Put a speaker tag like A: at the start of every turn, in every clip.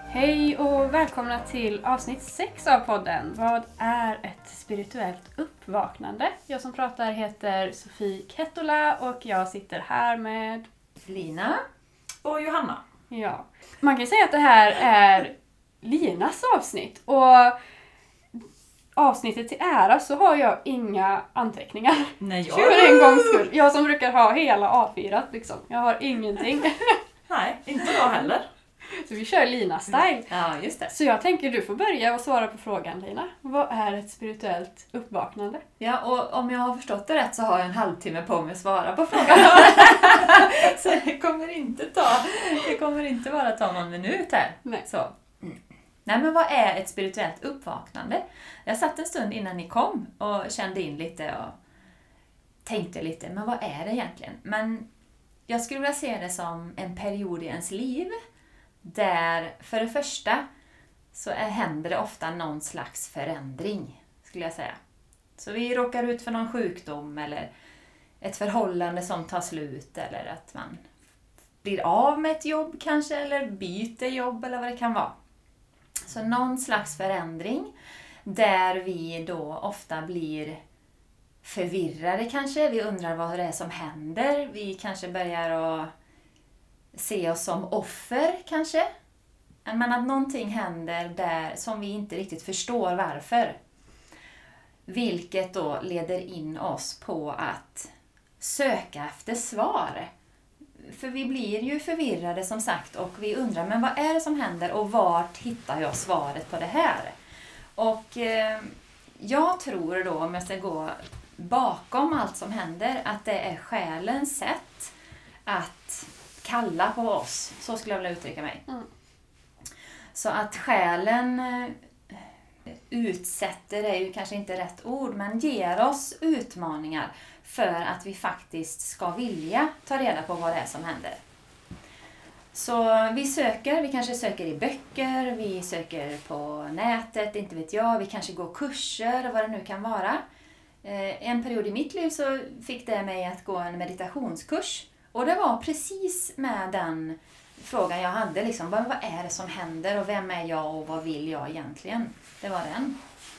A: Hej och välkomna till avsnitt 6 av podden. Vad är ett spirituellt uppvaknande? Jag som pratar heter Sofie Kettola och jag sitter här med
B: Lina och Johanna.
A: Ja, man kan säga att det här är Linas avsnitt och avsnittet till ära så har jag inga anteckningar.
B: Nej,
A: För en gångs skull. Jag som brukar ha hela A4 liksom. Jag har ingenting.
B: Nej, inte jag heller.
A: Så vi kör Lina-style.
B: Ja, just det.
A: Så jag tänker du får börja och svara på frågan, Lina. Vad är ett spirituellt uppvaknande?
B: Ja, och om jag har förstått det rätt så har jag en halvtimme på mig att svara på frågan. Så det kommer inte bara ta någon minut här.
A: Nej.
B: Så. Nej, men vad är ett spirituellt uppvaknande? Jag satt en stund innan ni kom och kände in lite och tänkte lite, men vad är det egentligen? Men jag skulle vilja se det som en period i ens liv där för det första så händer det ofta någon slags förändring, skulle jag säga. Så vi råkar ut för någon sjukdom eller ett förhållande som tar slut eller att man blir av med ett jobb kanske eller byter jobb eller vad det kan vara. Så någon slags förändring där vi då ofta blir förvirrade kanske. Vi undrar vad det är som händer. Vi kanske börjar att se oss som offer kanske. Men att någonting händer där som vi inte riktigt förstår varför. Vilket då leder in oss på att söka efter svar. För vi blir ju förvirrade som sagt och vi undrar, men vad är det som händer och vart hittar jag svaret på det här? Och jag tror då, om jag ska gå bakom allt som händer, att det är själens sätt att kalla på oss. Så skulle jag vilja uttrycka mig. Mm. Så att själen utsätter, är ju kanske inte rätt ord, men ger oss utmaningar för att vi faktiskt ska vilja ta reda på vad det är som händer. Så vi kanske söker i böcker, vi söker på nätet, inte vet jag, vi kanske går kurser, vad det nu kan vara. En period i mitt liv så fick det mig att gå en meditationskurs. Och det var precis med den frågan jag hade, liksom, vad är det som händer och vem är jag och vad vill jag egentligen? Det var den.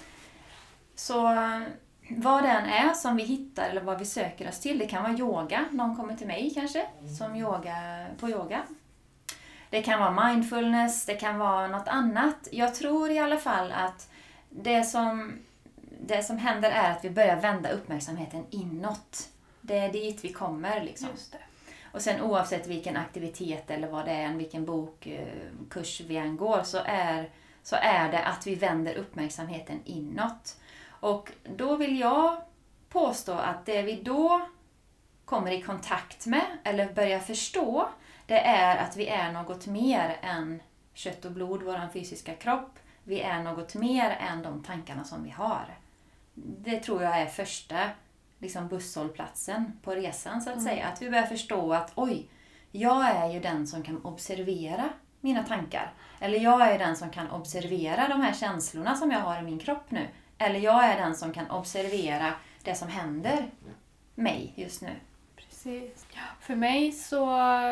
B: Så vad den är som vi hittar eller vad vi söker oss till, det kan vara yoga. Någon kommer till mig kanske som på yoga. Det kan vara mindfulness, det kan vara något annat. Jag tror i alla fall att det som händer är att vi börjar vända uppmärksamheten inåt. Det är dit vi kommer liksom.
A: Just det.
B: Och sen oavsett vilken aktivitet eller vad det är, vilken bokkurs vi än går, så är det att vi vänder uppmärksamheten inåt. Och då vill jag påstå att det vi då kommer i kontakt med eller börjar förstå, det är att vi är något mer än kött och blod, vår fysiska kropp. Vi är något mer än de tankarna som vi har. Det tror jag är första busshållplatsen på resan så att säga. Att vi börjar förstå att jag är ju den som kan observera mina tankar. Eller jag är den som kan observera de här känslorna som jag har i min kropp nu. Eller jag är den som kan observera det som händer mig just nu.
A: Precis. För mig så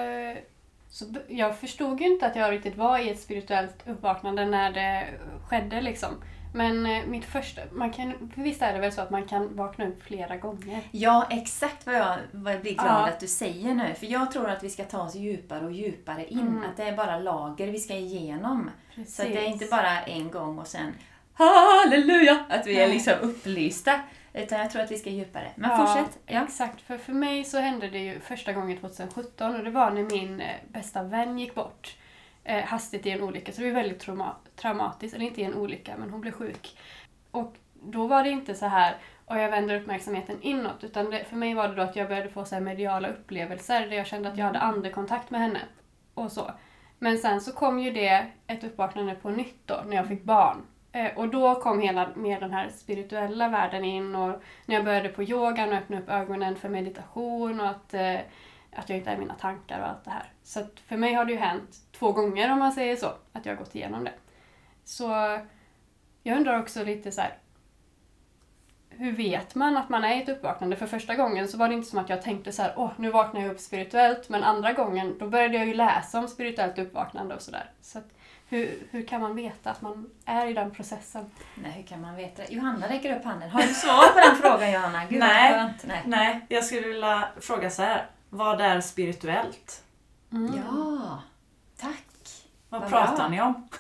A: jag förstod ju inte att jag riktigt var i ett spirituellt uppvaknande när det skedde liksom. Men mitt första, visst är det väl så att man kan vakna upp flera gånger?
B: Ja, exakt vad jag blir glad att du säger nu. För jag tror att vi ska ta oss djupare och djupare in. Att det är bara lager vi ska igenom. Precis. Så att det är inte bara en gång och sen halleluja, att vi är upplysta. Utan jag tror att vi ska djupare. Men fortsätt. Ja,
A: exakt. För mig så hände det ju första gången 2017 och det var när min bästa vän gick bort. Hastigt i en olycka. Så det var väldigt traumatiskt. Eller inte i en olycka, men hon blev sjuk. Och då var det inte så här och jag vänder uppmärksamheten inåt. Utan för mig var det då att jag började få så här mediala upplevelser där jag kände att jag hade andekontakt med henne. Och så. Men sen så kom ju det ett uppvaknande på nytt då när jag fick barn. Och då kom med den här spirituella världen in och när jag började på yogan och öppnade upp ögonen för meditation och att jag inte är mina tankar och allt det här. Så att för mig har det ju hänt 2 gånger om man säger så, att jag har gått igenom det. Så jag undrar också lite så här, hur vet man att man är i ett uppvaknande? För första gången så var det inte som att jag tänkte så här, nu vaknar jag upp spirituellt. Men andra gången, då började jag ju läsa om spirituellt uppvaknande och sådär. Så att, hur kan man veta att man är i den processen?
B: Nej, hur kan man veta det? Johanna räcker upp handen. Har du svar på den frågan, Johanna? Gud,
C: Nej, jag skulle vilja fråga så här. Vad är spirituellt?
B: Ja, tack.
C: Vad pratar ni om?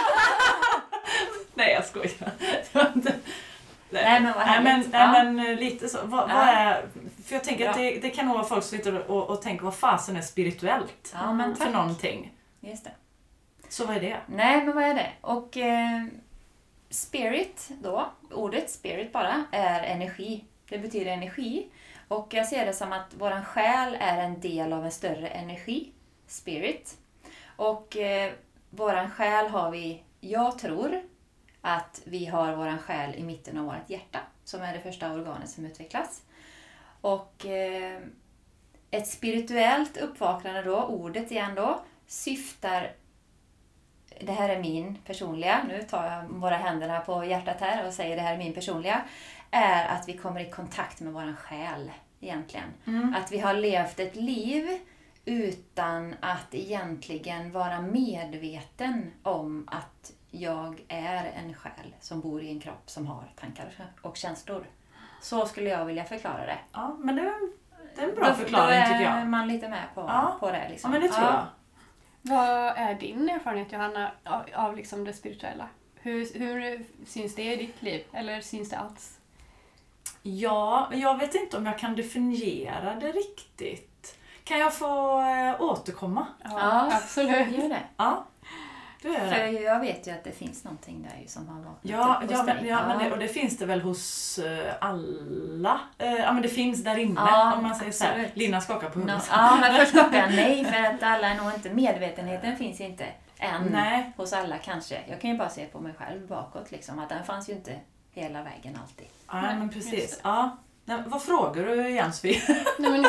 C: Nej, jag skojar.
B: Nej, men vad härligt.
C: Men lite så. Vad är, för jag tänker att det kan nog vara folk som sitter och tänker vad fasen är spirituellt för någonting.
B: Just det.
C: Så vad är det?
B: Nej, men vad är det? Och spirit då, ordet spirit bara, är energi. Det betyder energi. Och jag ser det som att våran själ är en del av en större energi. Spirit. Och våran själ har vi, jag tror att vi har våran själ i mitten av vårt hjärta. Som är det första organet som utvecklas. Och ett spirituellt uppvaknande då, ordet igen då, syftar, det här är min personliga, nu tar jag våra händerna på hjärtat här och säger det här är min personliga, är att vi kommer i kontakt med våran själ egentligen. Att vi har levt ett liv utan att egentligen vara medveten om att jag är en själ som bor i en kropp som har tankar och känslor. Så skulle jag vilja förklara det.
C: Ja, men det är en bra förklaring tycker jag.
B: Då är man lite med på det. Liksom.
C: Ja, men det tror jag.
A: Vad är din erfarenhet, Johanna, av liksom det spirituella? Hur syns det i ditt liv? Eller syns det alls?
C: Ja, jag vet inte om jag kan definiera det riktigt. Kan jag få återkomma?
B: Ja,
A: absolut.
B: Gör det.
C: Ja, du gör det.
B: För jag vet ju att det finns någonting där ju som har
C: varit och det finns det väl hos alla. Ja, men det finns där inne, om man säger så här. Lina skakar på huvudet.
B: Ja, men först skakar jag nej, för att alla är nog inte, medvetenheten finns inte än hos alla kanske. Jag kan ju bara se på mig själv bakåt liksom, att den fanns ju inte hela vägen alltid.
C: Ja, men precis. Ja. Nej, vad frågar du igen, Sofie?
A: Nej, men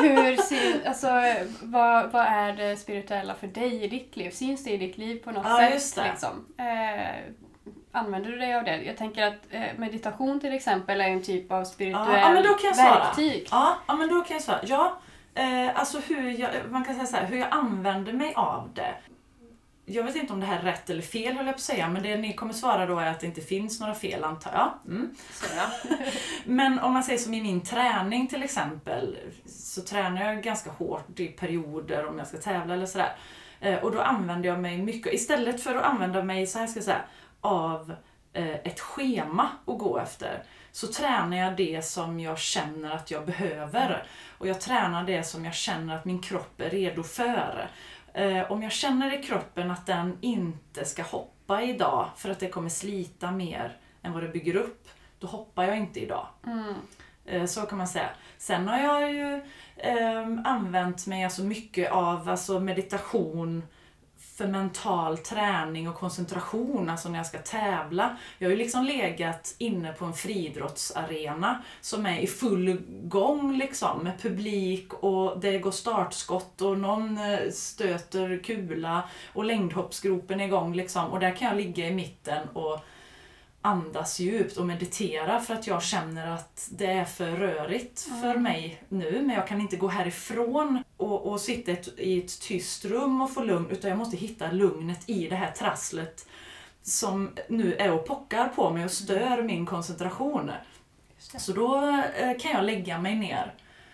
A: vad är det spirituella för dig i ditt liv? Syns det i ditt liv på något sätt?
C: Just det.
A: Liksom? Använder du dig av det? Jag tänker att meditation till exempel är en typ av spirituell verktyg.
C: Ja, men då kan jag svara. Ja, alltså man kan säga så här, hur jag använder mig av det. Jag vet inte om det här är rätt eller fel, höll jag på att säga. Men det ni kommer svara då är att det inte finns några fel, antar jag.
B: Så ja.
C: Men om man säger som i min träning till exempel. Så tränar jag ganska hårt i perioder om jag ska tävla eller sådär. Och då använder jag mig mycket. Istället för att använda mig, så här ska jag säga, av ett schema att gå efter. Så tränar jag det som jag känner att jag behöver. Och jag tränar det som jag känner att min kropp är redo för. Om jag känner i kroppen att den inte ska hoppa idag för att det kommer slita mer än vad det bygger upp, då hoppar jag inte idag. Så kan man säga. Sen har jag ju använt mig alltså mycket av meditation för mental träning och koncentration, alltså när jag ska tävla. Jag har ju liksom legat inne på en friidrottsarena som är i full gång liksom, med publik och det går startskott och någon stöter kula och längdhoppsgropen är igång liksom, och där kan jag ligga i mitten och andas djupt och meditera för att jag känner att det är för rörigt för mig nu, men jag kan inte gå härifrån och sitta i ett tyst rum och få lugn, utan jag måste hitta lugnet i det här trasslet som nu är och pockar på mig och stör min koncentration. Så då kan jag lägga mig ner.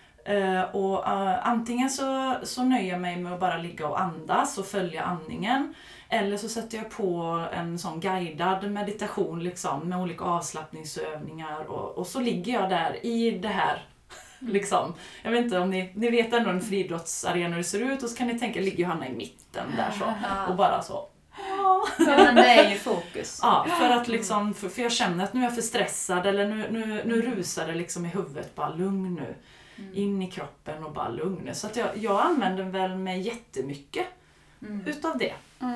C: Och antingen så nöjer jag mig med att bara ligga och andas och följa andningen, eller så sätter jag på en sån guidad meditation liksom, med olika avslappningsövningar och så ligger jag där i det här liksom. Jag vet inte om ni vet ändå en friidrottsarena hur det ser ut, och så kan ni tänka, ligger Johanna i mitten där så och bara så.
B: Ja, men det är ju fokus.
C: Ja, för att liksom, för jag känner att nu är jag för stressad, eller nu rusar det liksom i huvudet, bara lugn nu. In i kroppen och bara lugn. Så att jag använder väl mig jättemycket utav det.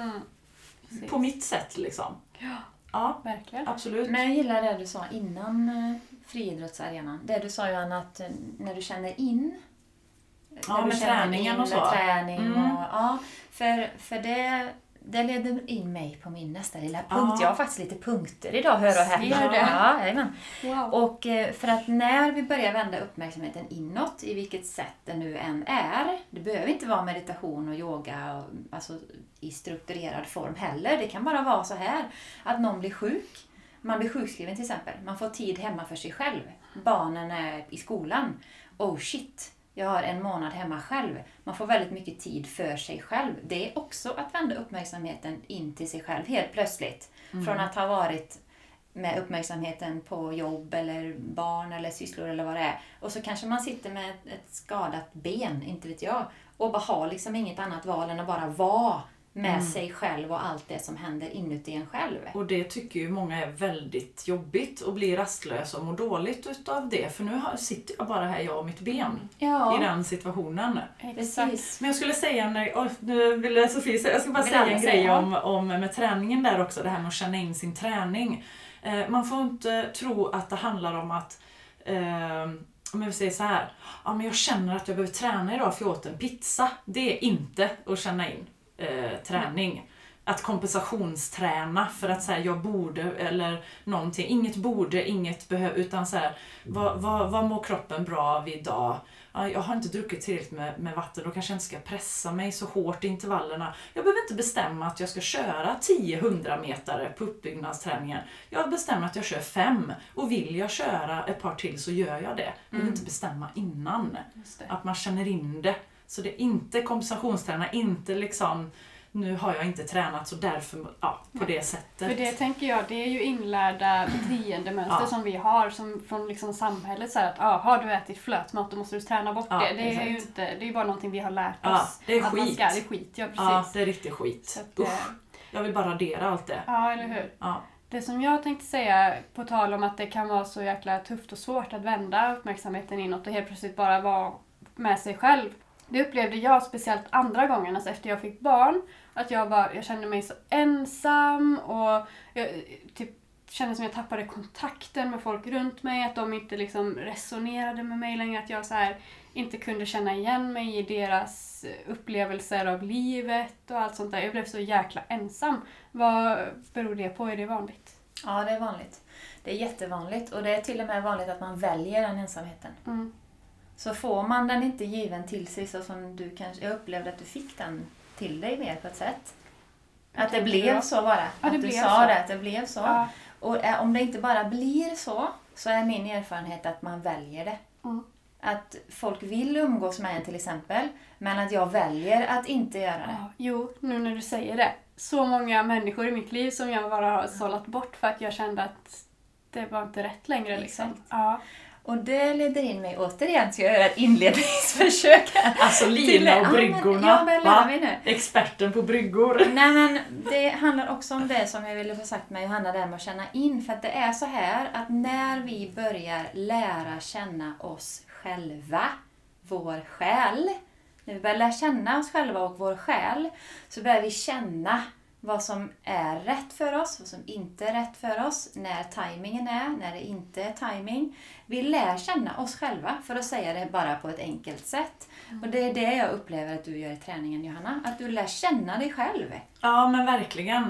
C: På mitt sätt liksom. Ja,
A: verkligen.
C: Absolut.
B: Men jag gillar det du sa innan friidrottsarenan. Det du sa, Johanna, att när du känner in.
C: Ja, med träningen och så.
B: Med träning och, ja, för det leder in mig på min nästa lilla punkt. Jag har faktiskt lite punkter idag, hör och häpna.
A: Ser det?
B: Ja, jajamän.
A: Wow.
B: Och för att när vi börjar vända uppmärksamheten inåt, i vilket sätt det nu än är, det behöver inte vara meditation och yoga och, alltså, i strukturerad form heller. Det kan bara vara så här att någon blir sjuk. Man blir sjukskriven till exempel. Man får tid hemma för sig själv. Barnen är i skolan. Oh shit, jag har en månad hemma själv. Man får väldigt mycket tid för sig själv. Det är också att vända uppmärksamheten in till sig själv helt plötsligt. Från att ha varit med uppmärksamheten på jobb eller barn eller sysslor eller vad det är. Och så kanske man sitter med ett skadat ben, inte vet jag. Och bara har liksom inget annat val än att bara vara med sig själv och allt det som händer inuti en själv.
C: Och det tycker ju många är väldigt jobbigt och blir rastlös och mår dåligt utav det. För nu sitter jag bara här, jag och mitt ben, i den situationen.
B: Precis.
C: Men jag skulle säga, nu ville Sofie säga, jag ska bara säga en grej om med träningen där också, det här med att känna in sin träning. Man får inte tro att det handlar om att om jag säger så här, men jag känner att jag behöver träna idag för jag åt en pizza. Det är inte att känna in träning. Att kompensationsträna för att säga jag borde eller någonting. Inget borde, inget behöver, utan så här, vad mår kroppen bra av idag? Jag har inte druckit tillräckligt med vatten, då kanske jag inte ska pressa mig så hårt i intervallerna. Jag behöver inte bestämma att jag ska köra 10-100 meter på uppbyggnadsträningen. Jag bestämmer att jag kör 5, och vill jag köra ett par till så gör jag det. Jag behöver inte bestämma innan. Att man känner in det. Så det är inte kompensationsträna, inte liksom nu har jag inte tränat så därför på det sättet.
A: För det tänker jag, det är ju inlärda beteendemönster som vi har som från liksom samhället så här att har du ätit flötmat då måste du träna bort det. Det är ju inte, det är bara någonting vi har lärt oss.
C: Det är
A: att
C: skit.
A: Man ska, det är skit, ja precis.
C: Ja, det är riktigt skit.
A: Så att,
C: jag vill bara radera allt det.
A: Ja, eller hur?
C: Ja.
A: Det som jag tänkte säga på tal om att det kan vara så jäkla tufft och svårt att vända uppmärksamheten inåt och helt plötsligt bara vara med sig själv. Det upplevde jag speciellt andra gången, alltså efter jag fick barn, att jag kände mig så ensam och jag kände som jag tappade kontakten med folk runt mig, att de inte liksom resonerade med mig längre, att jag så här inte kunde känna igen mig i deras upplevelser av livet och allt sånt där. Jag blev så jäkla ensam. Vad beror det på? Är det vanligt?
B: Ja, det är vanligt. Det är jättevanligt, och det är till och med vanligt att man väljer den ensamheten. Så får man den inte given till sig så som du kanske... Jag upplevde att du fick den till dig mer på ett sätt. Att det blev så bara.
A: Ja,
B: att du sa det, att det blev så. Ja. Och om det inte bara blir så är min erfarenhet att man väljer det. Att folk vill umgås med en till exempel, men att jag väljer att inte göra det.
A: Jo, nu när du säger det. Så många människor i mitt liv som jag bara har sållat bort för att jag kände att det var inte rätt längre. Liksom. Ja.
B: Och det leder in mig återigen till att göra ett inledningsförsök.
C: Alltså Lina och bryggorna.
B: Ja, men lär mig nu.
C: Experten på bryggor.
B: Nej, men det handlar också om det som jag ville få sagt med Johanna där med att känna in. För att det är så här att när vi börjar lära känna oss själva, vår själ. När vi börjar lära känna oss själva och vår själ så börjar vi känna vad som är rätt för oss, vad som inte är rätt för oss, när tajmingen är, när det inte är tajming. Vi lär känna oss själva, för att säga det bara på ett enkelt sätt. Och det är det jag upplever att du gör i träningen, Johanna. Att du lär känna dig själv.
C: Ja, men verkligen.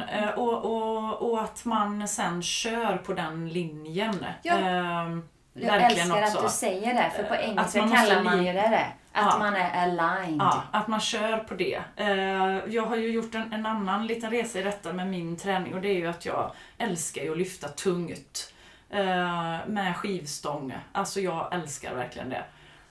C: Och att man sen kör på den linjen.
B: Ja. Jag älskar också att du säger det, för på engelska kallar man ju det. Att man är aligned.
C: Ja, att man kör på det. Jag har ju gjort en annan liten resa i detta med min träning, och det är ju att jag älskar ju att lyfta tungt med skivstång. Alltså jag älskar verkligen det.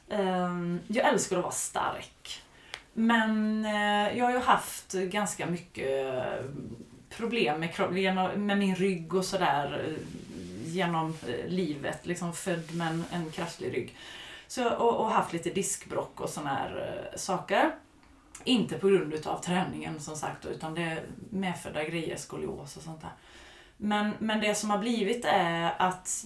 C: Jag älskar att vara stark. Men jag har ju haft ganska mycket problem med min rygg och sådär genom livet, liksom född med en kraftlig rygg. Så, och haft lite diskbrock och såna här saker. Inte på grund av träningen som sagt, utan det är medfödda grejer, skolios och sånt där. Men det som har blivit är att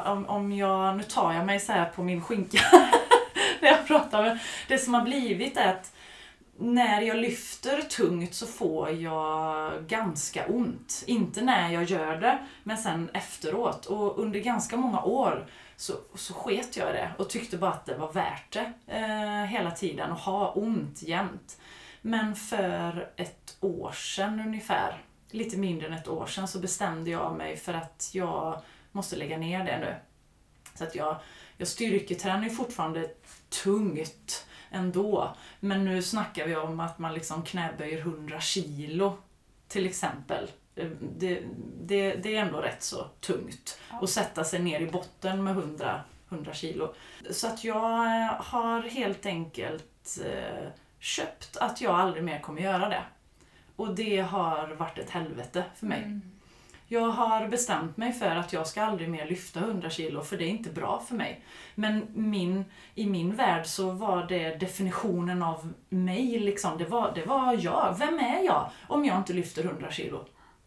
C: nu tar jag mig så här på min skinka när jag pratar, men det som har blivit är att när jag lyfter tungt så får jag ganska ont. Inte när jag gör det, men sen efteråt. Och under ganska många år så sket jag det och tyckte bara att det var värt det hela tiden och ha ont jämt. Men för ett år sedan ungefär, lite mindre än ett år sedan, så bestämde jag mig för att jag måste lägga ner det nu. Så att jag styrketränar ju fortfarande tungt ändå. Men nu snackar vi om att man liksom knäböjer 100 kilo till exempel. Det är ändå rätt så tungt. Och sätta sig ner i botten med 100 kilo. Så att jag har helt enkelt köpt att jag aldrig mer kommer göra det. Och det har varit ett helvete för mig. Jag har bestämt mig för att jag ska aldrig mer lyfta 100 kilo, för det är inte bra för mig. Men i min värld så var det definitionen av mig. Liksom. Det var jag. Vem är jag om jag inte lyfter 100 kilo?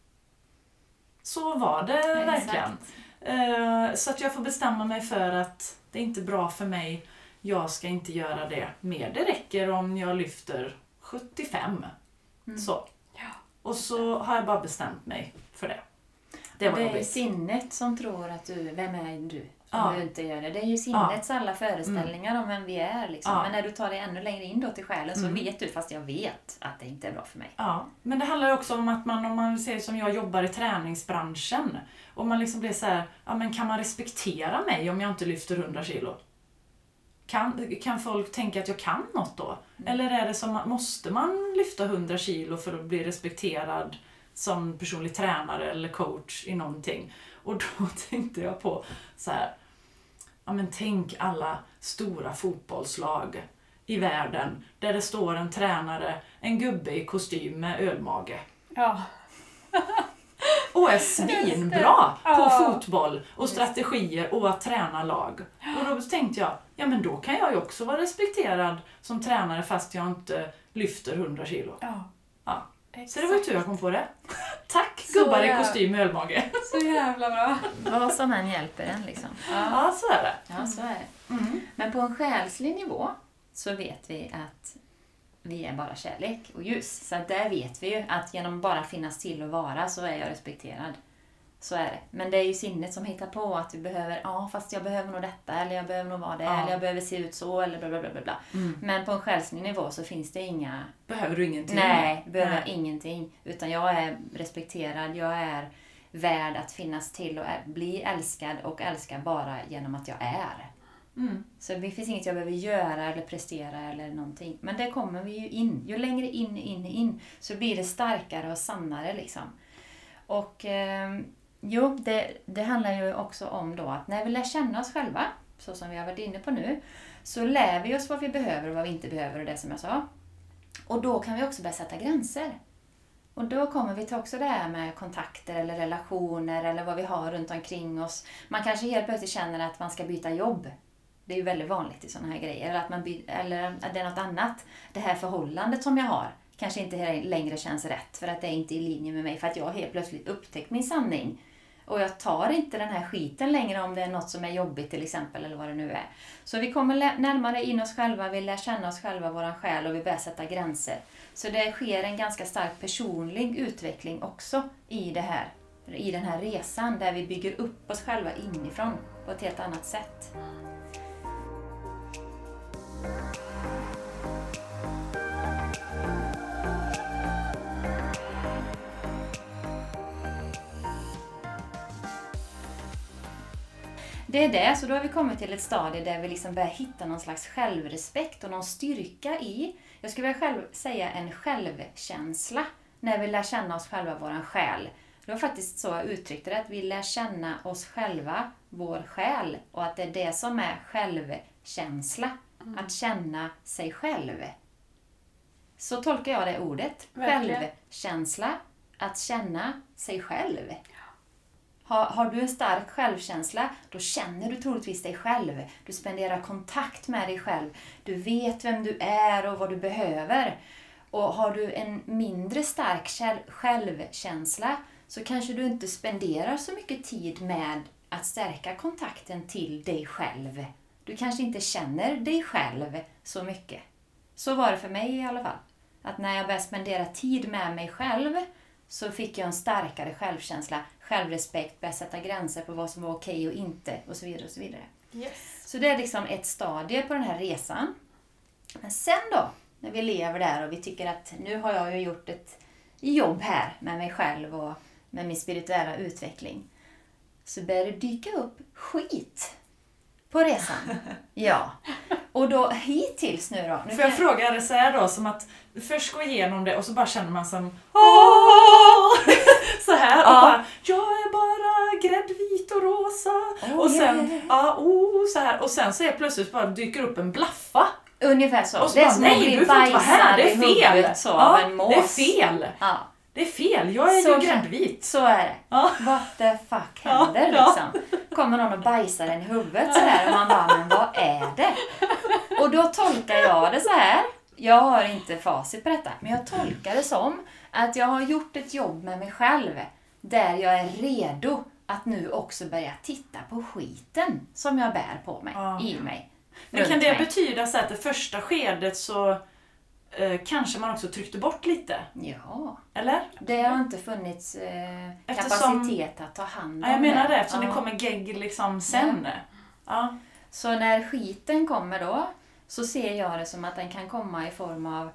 C: Så var det verkligen. Så att jag får bestämma mig för att det är inte bra för mig. Jag ska inte göra det mer. Det räcker om jag lyfter 75. Så. Och så har jag bara bestämt mig för det.
B: Det är sinnet som tror att vem är du? Om du inte gör det. Det är ju sinnets alla föreställningar om vem vi är. Liksom. Men när du tar det ännu längre in då till själen så vet du, fast jag vet att det inte är bra för mig.
C: Ja, men det handlar också om att om man ser som jag jobbar i träningsbranschen. Och man liksom blir så här, men kan man respektera mig om jag inte lyfter 100 kilo? Kan folk tänka att jag kan något då? Eller är det som måste man lyfta 100 kilo för att bli respekterad som personlig tränare eller coach i någonting? Och då tänkte jag på så här, men tänk alla stora fotbollslag i världen där det står en tränare, en gubbe i kostym med ölmage.
A: Ja.
C: Och är svinbra på fotboll och strategier och att träna lag. Och då tänkte jag, men då kan jag ju också vara respekterad som tränare fast jag inte lyfter 100 kilo.
A: Ja.
C: Så det var ju tur jag kom på det. Tack gubbar i kostym med ölmage.
A: Så jävla bra.
B: Vad som än hjälper en liksom.
C: Ja, så är det.
B: Ja, så är det. Men på en själslig nivå så vet vi att vi är bara kärlek och ljus. Så där vet vi ju att genom bara finnas till och vara så är jag respekterad. Så är det. Men det är ju sinnet som hittar på att vi behöver, fast jag behöver nog detta, eller jag behöver nog vara det, eller jag behöver se ut så, eller bla bla bla bla. Men på en själslig nivå så finns det inga...
C: Behöver du ingenting?
B: Nej, behöver ingenting. Utan jag är respekterad, jag är värd att finnas till och bli älskad och älska bara genom att jag är. Så det finns inget jag behöver göra eller prestera eller någonting. Men det kommer vi ju in. Ju längre in så blir det starkare och sannare liksom. Och det handlar ju också om då att när vi lär känna oss själva, så som vi har varit inne på nu, så lär vi oss vad vi behöver och vad vi inte behöver, och det som jag sa. Och då kan vi också börja sätta gränser. Och då kommer vi till också det här med kontakter eller relationer eller vad vi har runt omkring oss. Man kanske helt plötsligt känner att man ska byta jobb. Det är ju väldigt vanligt i sådana här grejer. Eller att det är något annat. Det här förhållandet som jag har kanske inte längre känns rätt för att det är inte i linje med mig. För att jag har helt plötsligt upptäckt min sanning. Och jag tar inte den här skiten längre om det är något som är jobbigt till exempel eller vad det nu är. Så vi kommer närmare in oss själva, vi lär känna oss själva, våran själ, och vi börjar sätta gränser. Så det sker en ganska stark personlig utveckling också i den här resan där vi bygger upp oss själva inifrån på ett helt annat sätt. Det är det, så då har vi kommit till ett stadie där vi liksom börjar hitta någon slags självrespekt och någon styrka i, jag skulle vilja säga en självkänsla, när vi lär känna oss själva, våran själ. Det var faktiskt så jag uttryckte det, att vi lär känna oss själva, vår själ, och att det är det som är självkänsla, att känna sig själv. Så tolkar jag det ordet,
A: verkligen.
B: Självkänsla, att känna sig själv. Har du en stark självkänsla, då känner du troligtvis dig själv. Du spenderar kontakt med dig själv. Du vet vem du är och vad du behöver. Och har du en mindre stark självkänsla, så kanske du inte spenderar så mycket tid med att stärka kontakten till dig själv. Du kanske inte känner dig själv så mycket. Så var det för mig i alla fall. Att när jag började spendera tid med mig själv, så fick jag en starkare självkänsla, självrespekt, börja sätta gränser på vad som var okej och inte, och så vidare och så vidare.
A: Yes.
B: Så det är liksom ett stadie på den här resan. Men sen då, När vi lever där och vi tycker att nu har jag ju gjort ett jobb här med mig själv och med min spirituella utveckling. Så börjar det dyka upp skit på resan. Ja. Och då hittills nu då.
C: Får jag fråga det så här då, som att först gå igenom det och så bara känner man som så här och bara, jag är bara gräddvit och rosa. Och sen, så här. Och sen så är plötsligt bara dyker upp en blaffa.
B: Ungefär så.
C: Och så bara, nej, du får inte vara här, det är fel.
B: Så av en mås.
C: Det är fel.
B: Ja.
C: Det är fel, jag är
B: Så
C: ju gräddvit.
B: Så är det.
C: Ja.
B: What the fuck händer liksom? Kommer någon och bajsar en i huvudet så här och man bara, men vad är det? Och då tolkar jag det så här. Jag har inte facit på detta, men jag tolkar det som att jag har gjort ett jobb med mig själv där jag är redo att nu också börja titta på skiten som jag bär på mig, i mig.
C: Men kan det betyda så att det första skedet så kanske man också tryckte bort lite?
B: Ja.
C: Eller?
B: Det har inte funnits kapacitet att ta hand om.
C: Jag menar det, eftersom det kommer gegg liksom sen. Ja.
B: Så när skiten kommer då, så ser jag det som att den kan komma i form av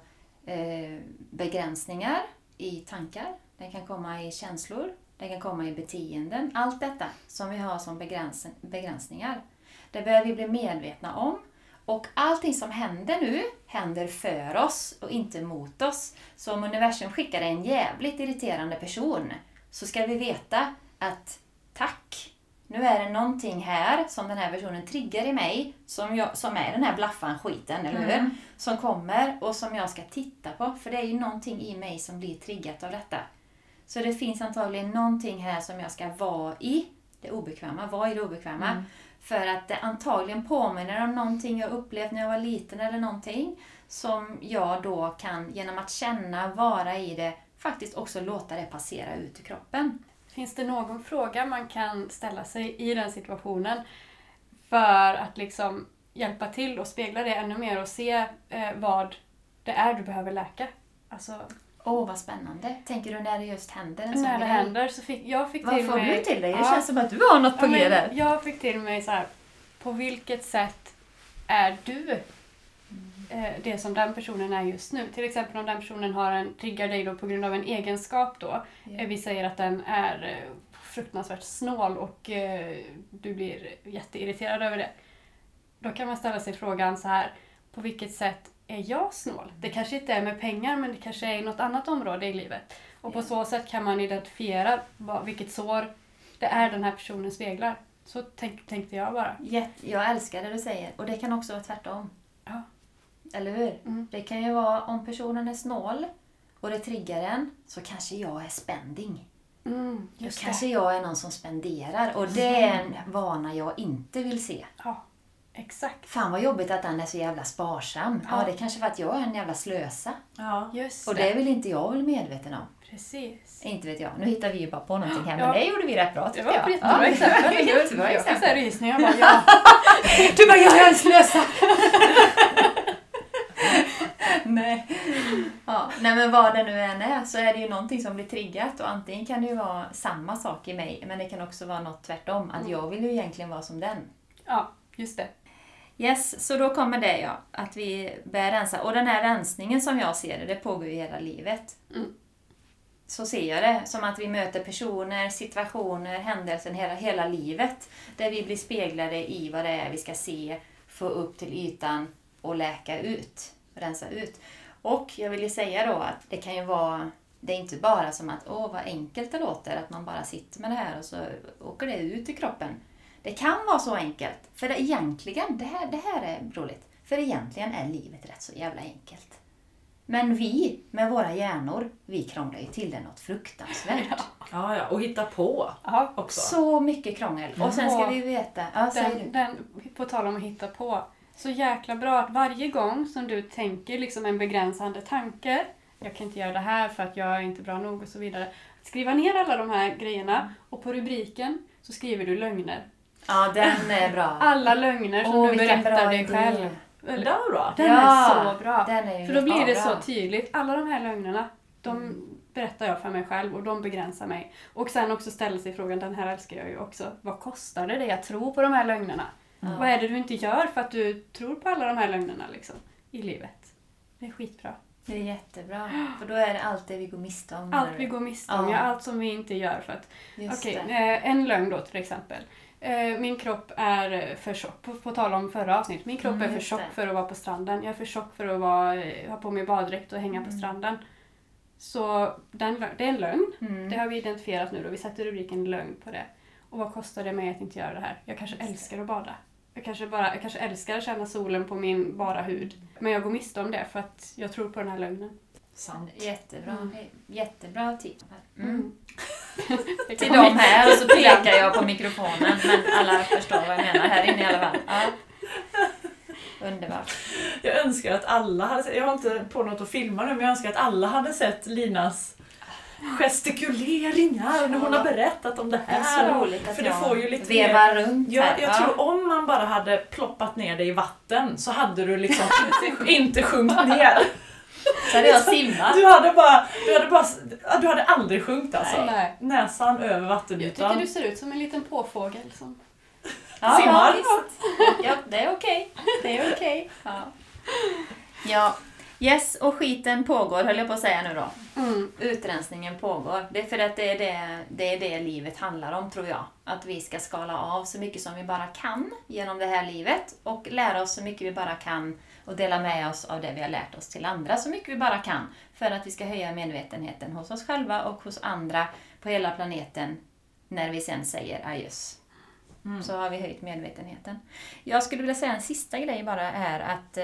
B: begränsningar i tankar. Den kan komma i känslor. Den kan komma i beteenden. Allt detta som vi har som begränsningar. Det börjar vi bli medvetna om. Och allting som händer nu händer för oss och inte mot oss. Så om universum skickar en jävligt irriterande person så ska vi veta att tack, nu är det någonting här som den här personen triggar i mig som är den här blaffan skiten, eller hur? Som kommer och som jag ska titta på. För det är ju någonting i mig som blir triggat av detta. Så det finns antagligen någonting här som jag ska vara i det obekväma. För att det antagligen påminner om någonting jag upplevt när jag var liten eller någonting. Som jag då kan, genom att känna, vara i det, faktiskt också låta det passera ut i kroppen.
A: Finns det någon fråga man kan ställa sig i den situationen för att liksom hjälpa till och spegla det ännu mer och se vad det är du behöver läka? Alltså,
B: vad spännande. Tänker du när det just händer en sån
A: när det
B: grej?
A: händer så fick jag till mig...
B: Vad får du till dig? Det känns som att du har något på g där.
A: Jag fick till mig så här, på vilket sätt är du det som den personen är just nu? Till exempel om den personen triggar dig då på grund av en egenskap då. Vi säger att den är fruktansvärt snål och du blir jätteirriterad över det. Då kan man ställa sig frågan så här, på vilket sätt är jag snål? Det kanske inte är med pengar, men det kanske är i något annat område i livet. Och på så sätt kan man identifiera vilket sår det är den här personen speglar. Så tänkte jag bara.
B: Jag älskar det du säger. Och det kan också vara tvärtom.
A: Ja.
B: Eller hur? Det kan ju vara om personen är snål och det triggar en, så kanske jag är spending. Då kanske jag är någon som spenderar. Och det är en vana jag inte vill se.
A: Ja, exakt.
B: Fan vad jobbigt att den är så jävla sparsam. Ja, det är kanske för att jag är en jävla slösa.
A: Ja, just
B: och det vill inte jag väl medveten om.
A: Precis.
B: Inte vet jag. Nu hittar vi ju bara på någonting här, men det gjorde vi rätt bra tycker jag.
A: Det var jättebra exempel.
B: Jättebra exempel.
A: Jag fick rysningar bara, ja.
B: Du bara, jag är en slösa. Nej. Nej, men vad det nu än är så är det ju någonting som blir triggat. Och antingen kan det ju vara samma sak i mig, men det kan också vara något tvärtom. Att jag vill ju egentligen vara som den.
A: Ja, just det.
B: Yes, så då kommer det att vi börjar rensa. Och den här rensningen som jag ser det pågår ju hela livet. Så ser jag det, som att vi möter personer, situationer, händelser hela livet. Där vi blir speglade i vad det är vi ska se, få upp till ytan och läka ut, rensa ut. Och jag vill ju säga då att det kan ju vara, det är inte bara som att vad enkelt det låter att man bara sitter med det här och så åker det ut i kroppen. Det kan vara så enkelt, för det egentligen, det här är roligt, för egentligen är livet rätt så jävla enkelt. Men vi, med våra hjärnor, vi krånglar ju till det något fruktansvärt.
C: Ja, och hitta på också.
B: Så mycket krångel. Och sen ska vi veta,
A: på tal om att hitta på, så jäkla bra att varje gång som du tänker liksom en begränsande tanke, jag kan inte göra det här för att jag är inte bra nog och så vidare, skriva ner alla de här grejerna och på rubriken så skriver du lögner.
B: Ja, den är bra.
A: Alla lögner som du berättar dig själv.
C: Den är bra.
A: Den är så bra.
B: För
A: då blir det så tydligt. Alla de här lögnerna, de berättar jag för mig själv och de begränsar mig. Och sen också ställa sig frågan, den här älskar jag ju också. Vad kostar det dig att tro på de här lögnerna? Vad är det du inte gör för att du tror på alla de här lögnerna liksom, i livet? Det är skitbra.
B: Det är jättebra. För då är det allt det vi går miste om.
A: Allt vi går miste om,
B: Ja.
A: allt som vi inte gör för att...
B: Just
A: Okej,
B: det.
A: en lögn då till exempel. Min kropp är för tjock, på tal om förra avsnittet. Min kropp är för
B: just
A: tjock
B: det.
A: för att vara på stranden. Jag är för tjock för att ha på mig baddräkt och hänga på stranden. Så det är en lögn. Det har vi identifierat nu då. Vi sätter rubriken lögn på det. Och vad kostar det mig att inte göra det här? Jag kanske älskar att bada. Jag kanske älskar att känna solen på min bara hud. Men jag går miste om det för att jag tror på den här lögnen.
C: Sant.
B: Jättebra. Jättebra tips.
A: Till
B: Till dem här och så pekar jag på mikrofonen. Men alla förstår vad jag menar här inne i alla fall. Ja. Underbart.
C: Jag önskar att alla hade sett, jag har inte på något att filma nu, men jag önskar att alla hade sett Linas gestikuleringar när hon har berättat om det
B: Det är
C: här.
B: så roligt att
C: för det får ju lite
B: vevar runt här.
C: Jag tror om man bara hade ploppat ner dig i vatten så hade du liksom inte sjunkit ner.
B: Så hade jag simmat.
C: Du hade aldrig sjunkit alltså.
A: Nej.
C: Näsan över
A: Jag
C: vattenytan.
A: tycker du ser ut som en liten påfågel som...
C: Simmar.
B: Visst. Ja, det är okej. Det är okej. Ja. Yes, och skiten pågår, höll jag på att säga nu då. Utrensningen pågår. Det är för att det är det livet handlar om, tror jag. Att vi ska skala av så mycket som vi bara kan genom det här livet. Och lära oss så mycket vi bara kan. Och dela med oss av det vi har lärt oss till andra så mycket vi bara kan. För att vi ska höja medvetenheten hos oss själva och hos andra på hela planeten. När vi sen säger adjöss. Så har vi höjt medvetenheten. Jag skulle vilja säga en sista grej bara är att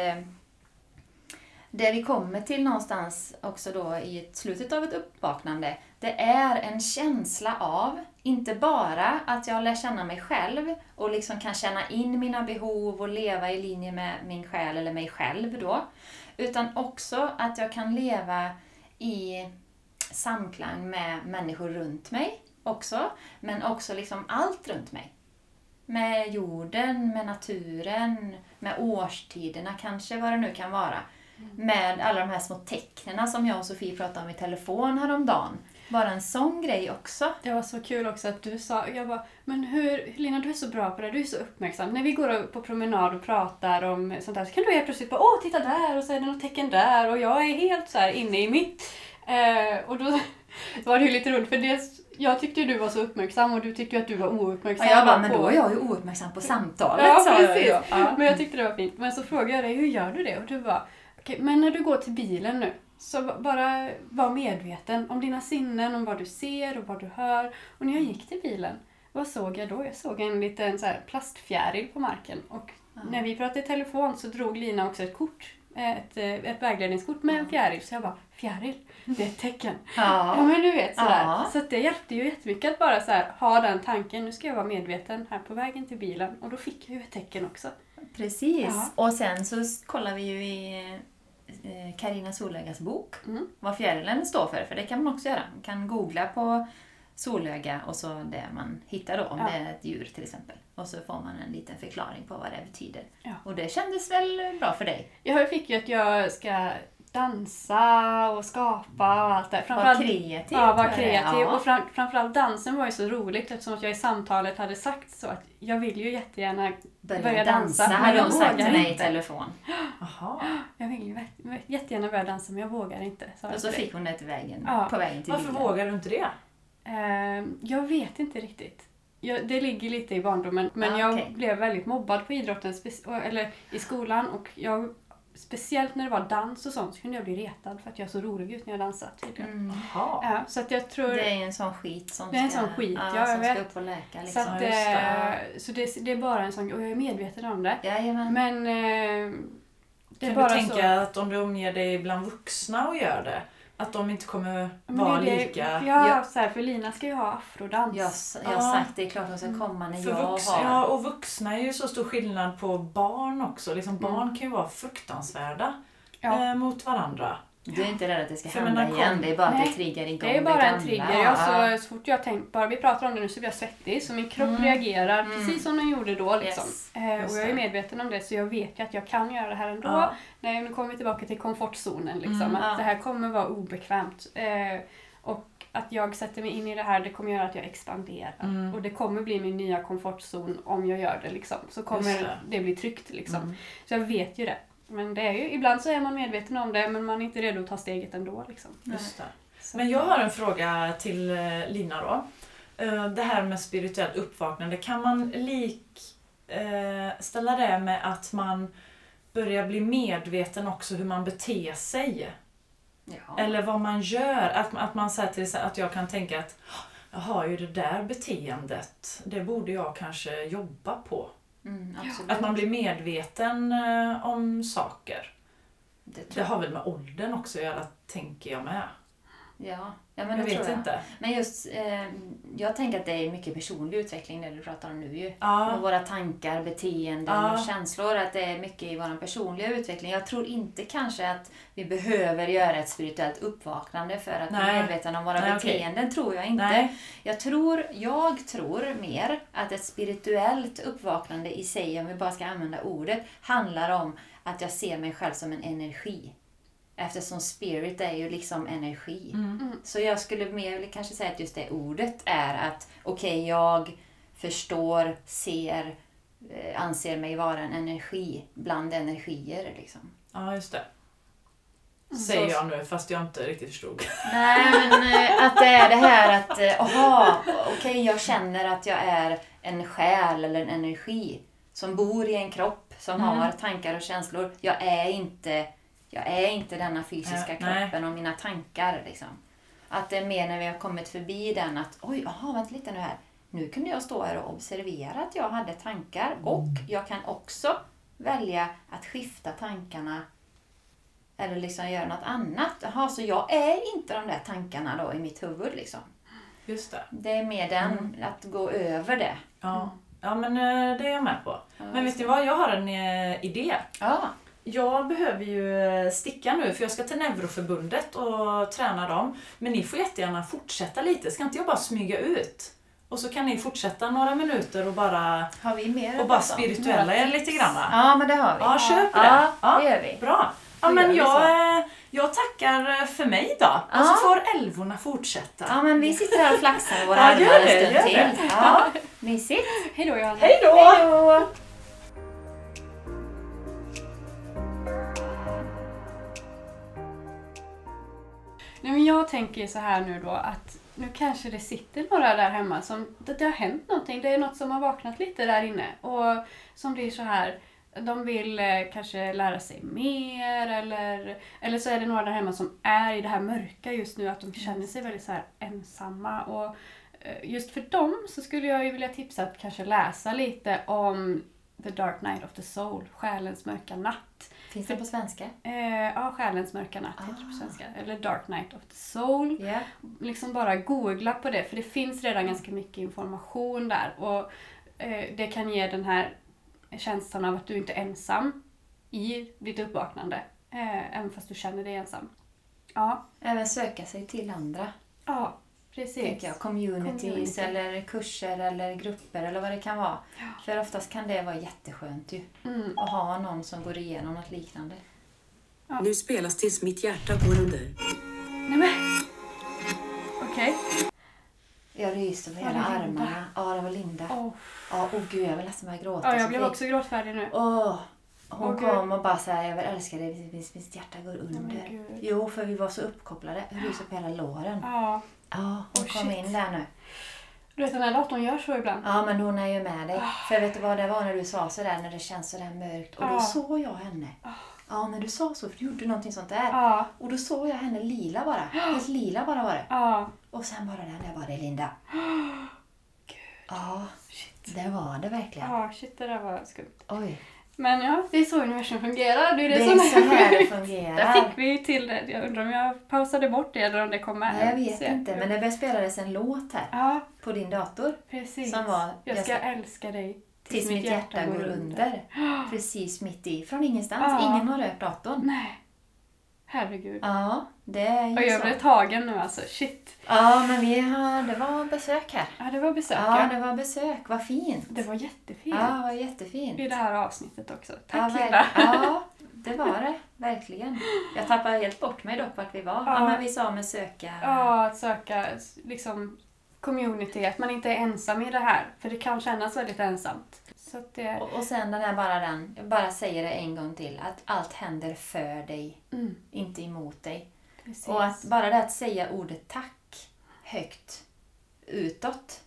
B: det vi kommer till någonstans också då i slutet av ett uppvaknande, det är en känsla av, inte bara att jag lär känna mig själv och liksom kan känna in mina behov och leva i linje med min själ eller mig själv då, utan också att jag kan leva i samklang med människor runt mig också, men också liksom allt runt mig. Med jorden, med naturen, med årstiderna kanske, vad det nu kan vara. Med alla de här små tecknena som jag och Sofie pratade om i telefon häromdagen. Bara en sån grej också.
A: Det var så kul också att du sa, jag bara, men Lina, du är så bra på det, du är så uppmärksam. När vi går på promenad och pratar om sånt där så kan du helt plötsligt bara, titta där och så är det något tecken där och jag är helt så här inne i mitt. Och då var det ju lite roligt för dels, jag tyckte du var så uppmärksam och du tyckte att du var ouppmärksam.
B: Ja, jag bara, men då är jag ju ouppmärksam på samtalet.
A: Ja,
B: sa jag
A: precis.
B: ju. Ja.
A: Men jag tyckte det var fint. Men så frågade jag dig, hur gör du det? Och du bara, okej, men när du går till bilen nu, så bara var medveten om dina sinnen, om vad du ser och vad du hör. Och när jag gick till bilen, vad såg jag då? Jag såg en liten så här plastfjäril på marken. Och när vi pratade i telefon så drog Lina också ett kort. Ett vägledningskort med en fjäril. Så jag bara, fjäril, det är ett tecken. Ja, men du vet sådär.
B: Ja.
A: Så att det hjälpte ju jättemycket att bara så här, ha den tanken. Nu ska jag vara medveten här på vägen till bilen. Och då fick jag ju ett tecken också.
B: Precis.
A: Ja.
B: Och sen så kollar vi ju i Carina Solögas bok vad fjärilen står för det kan man också göra. Man kan googla på solöga och så det man hittar då, om det är ett djur till exempel. Och så får man en liten förklaring på vad det betyder. Ja. Och det kändes väl bra för dig?
A: Jag fick ju att jag ska dansa och skapa och allt det.
B: Var kreativ.
A: Ja, var kreativ. Ja. Och framförallt dansen var ju så roligt eftersom att jag i samtalet hade sagt så att jag vill ju jättegärna börja dansa.
B: Hade de sagt till mig i telefon.
C: Aha.
A: Jag vill ju jättegärna börja dansa men jag vågar inte.
B: Och så fick hon det på vägen till
C: Varför
B: bilen.
C: vågar du inte det?
A: Jag vet inte riktigt. Det ligger lite i barndomen. Men jag blev väldigt mobbad på idrotten eller i skolan. Och speciellt när det var dans och sånt så kunde jag bli retad för att jag är så rolig ut när jag dansat. Ja, så att jag tror...
B: Det är en sån skit som
A: ska
B: upp och läka. Liksom.
A: Så det är bara en sån... Och jag är medveten om det.
B: Jajamän.
A: Men... det är
C: kan
A: bara
C: du tänka
A: så...
C: att om du omger dig bland vuxna och gör det, att de inte kommer vara lika...
A: Ja, så här, för Lina ska ju ha afrodans.
B: Jag har sagt det är klart att ska komma när jag har...
C: Ja, och vuxna är ju så stor skillnad på barn också. Liksom, barn kan ju vara fruktansvärda mot varandra.
B: Du är inte rädd att det ska hända igen, det är bara att det triggar igång.
A: Det är bara en trigger. Så fort jag tänker, bara vi pratar om det nu så blir jag svettig. Så min kropp reagerar precis som den gjorde då. Liksom. Yes. Och jag är medveten om det så jag vet ju att jag kan göra det här ändå. Ja. Nej, nu kommer vi tillbaka till komfortzonen. Liksom, att det här kommer vara obekvämt. Och att jag sätter mig in i det här, det kommer göra att jag expanderar. Och det kommer bli min nya komfortzon om jag gör det. Liksom. Så kommer det bli tryggt. Liksom. Så jag vet ju det. Men det är ju, ibland så är man medveten om det, men man är inte redo att ta steget ändå. Liksom.
C: Just det.
A: Så.
C: Men jag har en fråga till Lina då. Det här med spirituellt uppvaknande, kan man ställa det med att man börjar bli medveten också hur man beter sig?
B: Ja.
C: Eller vad man gör? Att man säger till sig att jag kan tänka att jag har ju det där beteendet, det borde jag kanske jobba på.
B: Absolut.
C: Att man blir medveten om saker. Det har väl med åldern också att göra, tänker jag med.
B: Ja, men
C: jag vet inte.
B: Men just, jag tänker att det är mycket personlig utveckling det du pratar om nu ju.
C: Ja.
B: Och våra tankar, beteenden och känslor, att det är mycket i vår personliga utveckling. Jag tror inte kanske att vi behöver göra ett spirituellt uppvaknande för att bli medvetna om våra beteenden, tror jag inte.
C: Nej.
B: Jag tror mer att ett spirituellt uppvaknande i sig, om vi bara ska använda ordet, handlar om att jag ser mig själv som en energi. Eftersom spirit är ju liksom energi. Så jag skulle mer kanske säga att just det ordet är att jag förstår, ser, anser mig vara en energi bland energier. Liksom.
C: Ja, just det. Säger jag nu, fast jag inte riktigt förstod.
B: Nej, men att det är det här att jag känner att jag är en själ eller en energi som bor i en kropp, som har tankar och känslor. Jag är inte denna fysiska kroppen och mina tankar. Liksom. Att det är mer när vi har kommit förbi den att vänta lite nu här. Nu kunde jag stå här och observera att jag hade tankar. Och jag kan också välja att skifta tankarna. Eller liksom göra något annat. Så jag är inte de där tankarna då i mitt huvud. Liksom.
C: Just det.
B: Det är mer den, att gå över det.
C: Ja, men det är jag med på. Men vet ni vad, jag har en idé.
B: Ja.
C: Jag behöver ju sticka nu, för jag ska till Neuroförbundet och träna dem. Men ni får jättegärna fortsätta lite. Ska inte jag bara smyga ut? Och så kan ni fortsätta några minuter och bara,
B: har vi mer
C: och bara spirituella er lite grann.
B: Ja, men det har vi.
C: Ja, köp det.
B: Ja, det gör vi.
C: Bra. Ja, men jag tackar för mig då. Och så får älvorna fortsätta.
B: Ja, men vi sitter här och flaxar våra armar en stund till. Ja, mysigt.
A: Hej då, Johanna.
C: Hej då!
B: Hej då!
A: Nej, men jag tänker så här nu då att nu kanske det sitter några där hemma som det har hänt någonting. Det är något som har vaknat lite där inne och som blir så här, de vill kanske lära sig mer eller så är det några där hemma som är i det här mörka just nu, att de känner sig väldigt så här ensamma. Och just för dem så skulle jag ju vilja tipsa att kanske läsa lite om The Dark Night of the Soul, Själens mörka natt.
B: Finns det på svenska?
A: Ja, Själens mörka natt heter det på svenska. Eller Dark Night of the Soul.
B: Yeah.
A: Liksom bara googla på det, för det finns redan ganska mycket information där. Och det kan ge den här känslan av att du inte är ensam i ditt uppvaknande. Även fast du känner dig ensam. Ja.
B: Även söka sig till andra.
A: Ja, precis.
B: Tänker jag. Communities eller kurser eller grupper eller vad det kan vara.
A: Ja.
B: För oftast kan det vara jätteskönt ju. Att ha någon som går igenom något liknande.
A: Ja.
D: Nu spelas tills mitt hjärta går under.
A: Nej men. Okej.
B: Jag ryste på hela
A: Var det Linda?
B: armarna. Ja, det var Linda.
A: Åh.
B: Gud, jag vill nästan börja gråta.
A: Ja, jag blev också gråtfärdig nu.
B: Hon
A: Gud.
B: kom och bara såhär, jag vill älska dig, mitt hjärta går under.
A: men Gud.
B: Jo, för vi var så uppkopplade. Jag ryser på hela låren.
A: Ja.
B: Ja, hon kom
A: shit.
B: in där nu.
A: Du vet, den här datorn gör så ibland.
B: Ja, men hon är ju med dig. För vet du vad det var när du sa sådär, när det känns sådär mörkt. Och då såg jag henne. Ja, när du sa så, för du gjorde någonting sånt där.
A: Ja.
B: Och då såg jag henne lila bara. Helt lila bara var det.
A: Ja.
B: Och sen bara där var det Linda.
A: Gud.
B: Ja,
A: Shit.
B: det var det verkligen.
A: Ja, shit, det där var skumt.
B: Oj.
A: Men ja, det är så universum fungerar. Det är
B: Det
A: som
B: är så här det
A: sjukt.
B: fungerar.
A: Där fick vi till det. Jag undrar om jag pausade bort det eller om det kom med.
B: Nej, jag vet
A: Så
B: inte, men det spelades en låt här
A: Ja,
B: på din dator.
A: precis.
B: Som var,
A: jag ska älska dig
B: tills mitt hjärta går under. Precis mitt i. Från ingenstans.
A: Ja.
B: Ingen har rört datorn.
A: Nej. Herregud.
B: Ja, det är
A: Och
B: ju
A: jag
B: så.
A: blev tagen nu alltså. Shit.
B: Ja, men det var besök här.
A: Ja, det var besök.
B: Ja, det var besök. Vad fint.
A: Det var jättefint.
B: Ja, det var jättefint.
A: I det här avsnittet också.
B: Ja,
A: Tack Linda.
B: ja, det var det. Verkligen. Jag tappade helt bort mig dock vart vi var. Ja, men vi sa med söka.
A: Ja, att söka liksom community. Att man inte är ensam i det här. För det kan kännas väldigt ensamt. Så att det...
B: Och sen jag bara säger det en gång till, att allt händer för dig, inte emot dig.
A: Precis.
B: Och att bara det att säga ordet tack högt utåt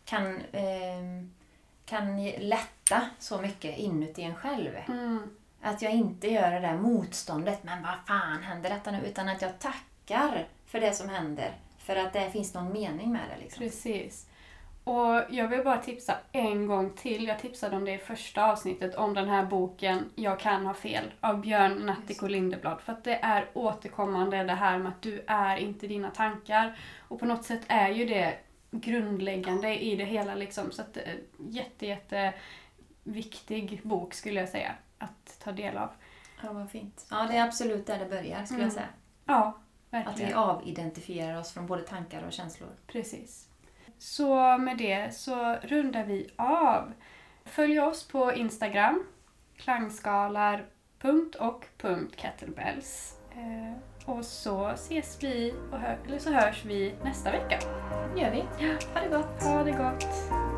B: kan lätta så mycket inuti en själv. Att jag inte gör det där motståndet, men vad fan händer detta nu? Utan att jag tackar för det som händer. För att det finns någon mening med det. Liksom.
A: Precis. Och jag vill bara tipsa en gång till. Jag tipsade om det i första avsnittet om den här boken Jag kan ha fel av Björn Natthiko Lindeblad. För att det är återkommande det här med att du är inte dina tankar. Och på något sätt är ju det grundläggande i det hela. Liksom. Så att det är jätte viktig bok skulle jag säga att ta del av.
B: Ja, vad fint. Ja, det är absolut där det börjar skulle jag säga.
A: Ja, verkligen.
B: Att vi avidentifierar oss från både tankar och känslor.
A: Precis. Så med det så rundar vi av. Följ oss på Instagram, klangskalar.och.kettlebells. Och så ses vi, eller så hörs vi nästa vecka.
B: Det gör vi. Ha det gott.
A: Ha det gott.